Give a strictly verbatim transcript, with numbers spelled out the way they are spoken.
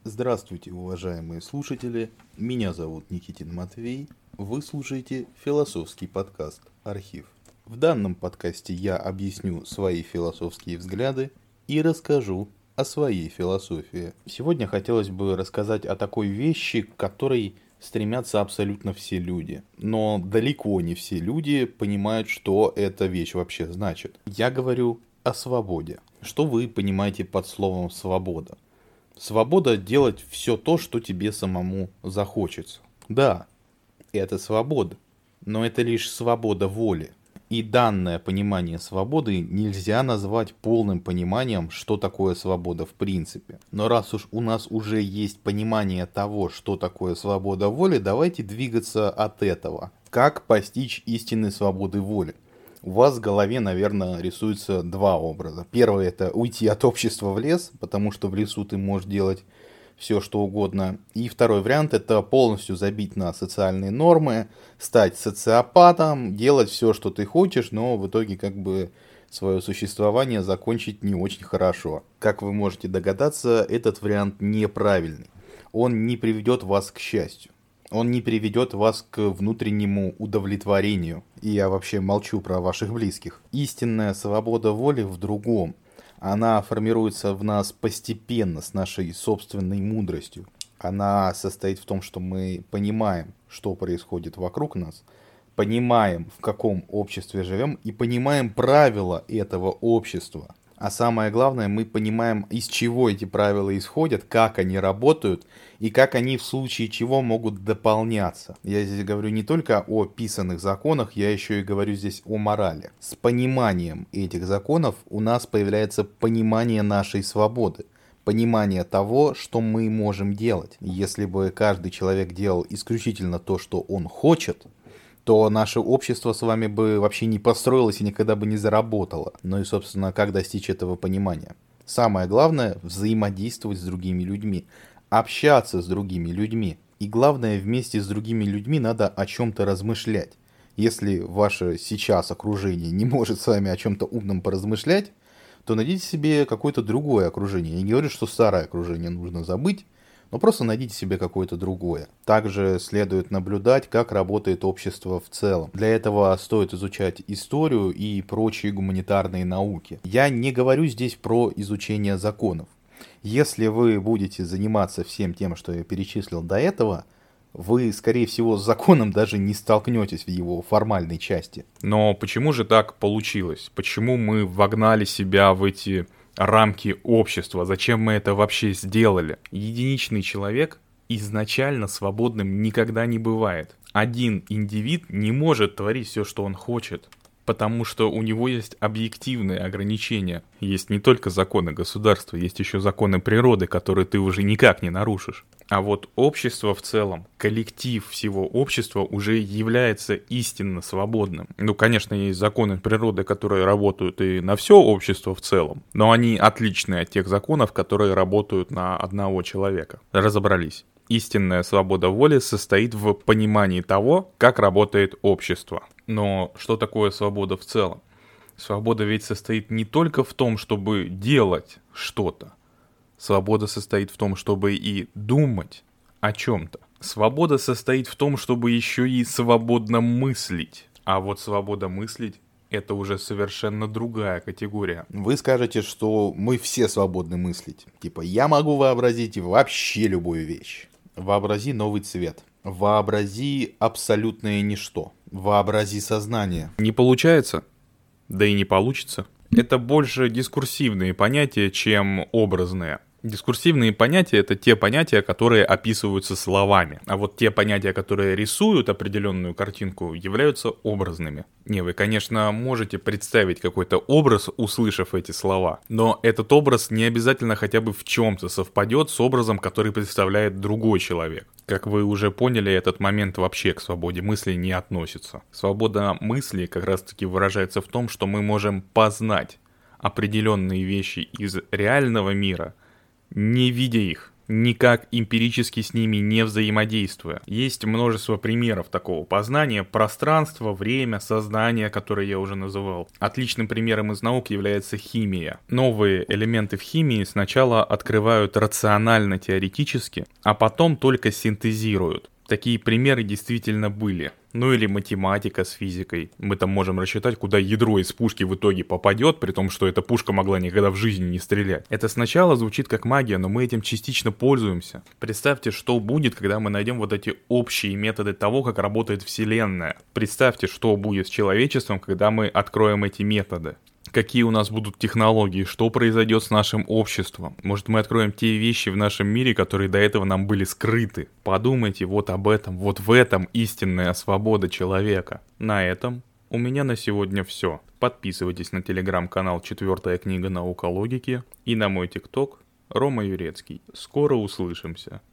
Здравствуйте, уважаемые слушатели. Меня зовут Никитин Матвей. Вы слушаете философский подкаст «Архив». В данном подкасте я объясню свои философские взгляды и расскажу о своей философии. Сегодня хотелось бы рассказать о такой вещи, к которой стремятся абсолютно все люди. Но далеко не все люди понимают, что эта вещь вообще значит. Я говорю о свободе. Что вы понимаете под словом «свобода»? Свобода делать все то, что тебе самому захочется. Да, это свобода, но это лишь свобода воли. И данное понимание свободы нельзя назвать полным пониманием, что такое свобода в принципе. Но раз уж у нас уже есть понимание того, что такое свобода воли, давайте двигаться от этого. Как постичь истинной свободы воли? У вас в голове, наверное, рисуются два образа. Первый — это уйти от общества в лес, потому что в лесу ты можешь делать все, что угодно. И второй вариант — это полностью забить на социальные нормы, стать социопатом, делать все, что ты хочешь, но в итоге как бы свое существование закончить не очень хорошо. Как вы можете догадаться, этот вариант неправильный. Он не приведет вас к счастью. Он не приведет вас к внутреннему удовлетворению. И я вообще молчу про ваших близких. Истинная свобода воли в другом. Она формируется в нас постепенно, с нашей собственной мудростью. Она состоит в том, что мы понимаем, что происходит вокруг нас, понимаем, в каком обществе живем, и понимаем правила этого общества. А самое главное, мы понимаем, из чего эти правила исходят, как они работают и как они в случае чего могут дополняться. Я здесь говорю не только о писанных законах, я еще и говорю здесь о морали. С пониманием этих законов у нас появляется понимание нашей свободы. Понимание того, что мы можем делать. Если бы каждый человек делал исключительно то, что он хочет, то наше общество с вами бы вообще не построилось и никогда бы не заработало. Ну и, собственно, как достичь этого понимания? Самое главное — взаимодействовать с другими людьми, общаться с другими людьми. И главное, вместе с другими людьми надо о чем-то размышлять. Если ваше сейчас окружение не может с вами о чем-то умном поразмышлять, то найдите себе какое-то другое окружение. Я не говорю, что старое окружение нужно забыть, но просто найдите себе какое-то другое. Также следует наблюдать, как работает общество в целом. Для этого стоит изучать историю и прочие гуманитарные науки. Я не говорю здесь про изучение законов. Если вы будете заниматься всем тем, что я перечислил до этого, вы, скорее всего, с законом даже не столкнетесь в его формальной части. Но почему же так получилось? Почему мы вогнали себя в эти рамки общества? Зачем мы это вообще сделали? Единичный человек изначально свободным никогда не бывает. Один индивид не может творить все, что он хочет, потому что у него есть объективные ограничения. Есть не только законы государства, есть еще законы природы, которые ты уже никак не нарушишь. А вот общество в целом, коллектив всего общества уже является истинно свободным. Ну, конечно, есть законы природы, которые работают и на все общество в целом, но они отличны от тех законов, которые работают на одного человека. Разобрались. Истинная свобода воли состоит в понимании того, как работает общество. Но что такое свобода в целом? Свобода ведь состоит не только в том, чтобы делать что-то. Свобода состоит в том, чтобы и думать о чем-то. Свобода состоит в том, чтобы еще и свободно мыслить. А вот свобода мыслить — это уже совершенно другая категория. Вы скажете, что мы все свободны мыслить. Типа, я могу вообразить вообще любую вещь. Вообрази новый цвет. Вообрази абсолютное ничто. Вообрази сознание. Не получается? Да и не получится. Это больше дискурсивные понятия, чем образные. Дискурсивные понятия — это те понятия, которые описываются словами. А вот те понятия, которые рисуют определенную картинку, являются образными. Не, вы, конечно, можете представить какой-то образ, услышав эти слова, но этот образ не обязательно хотя бы в чем-то совпадет с образом, который представляет другой человек. Как вы уже поняли, этот момент вообще к свободе мысли не относится. Свобода мысли как раз-таки выражается в том, что мы можем познать определенные вещи из реального мира, не видя их. никак эмпирически с ними не взаимодействуя. Есть множество примеров такого познания: пространство, время, сознание, которое я уже называл. Отличным примером из наук является химия. Новые элементы в химии сначала открывают рационально-теоретически, а потом только синтезируют. Такие примеры действительно были. Ну или математика с физикой. Мы там можем рассчитать, куда ядро из пушки в итоге попадет, при том, что эта пушка могла никогда в жизни не стрелять. Это сначала звучит как магия, но мы этим частично пользуемся. Представьте, что будет, когда мы найдем вот эти общие методы того, как работает Вселенная. Представьте, что будет с человечеством, когда мы откроем эти методы. Какие у нас будут технологии, что произойдет с нашим обществом. Может, мы откроем те вещи в нашем мире, которые до этого нам были скрыты. Подумайте вот об этом, вот в этом истинная свобода человека. На этом у меня на сегодня все. Подписывайтесь на телеграм-канал «Четвертая книга наука логики» и на мой тикток Рома Юрецкий. Скоро услышимся.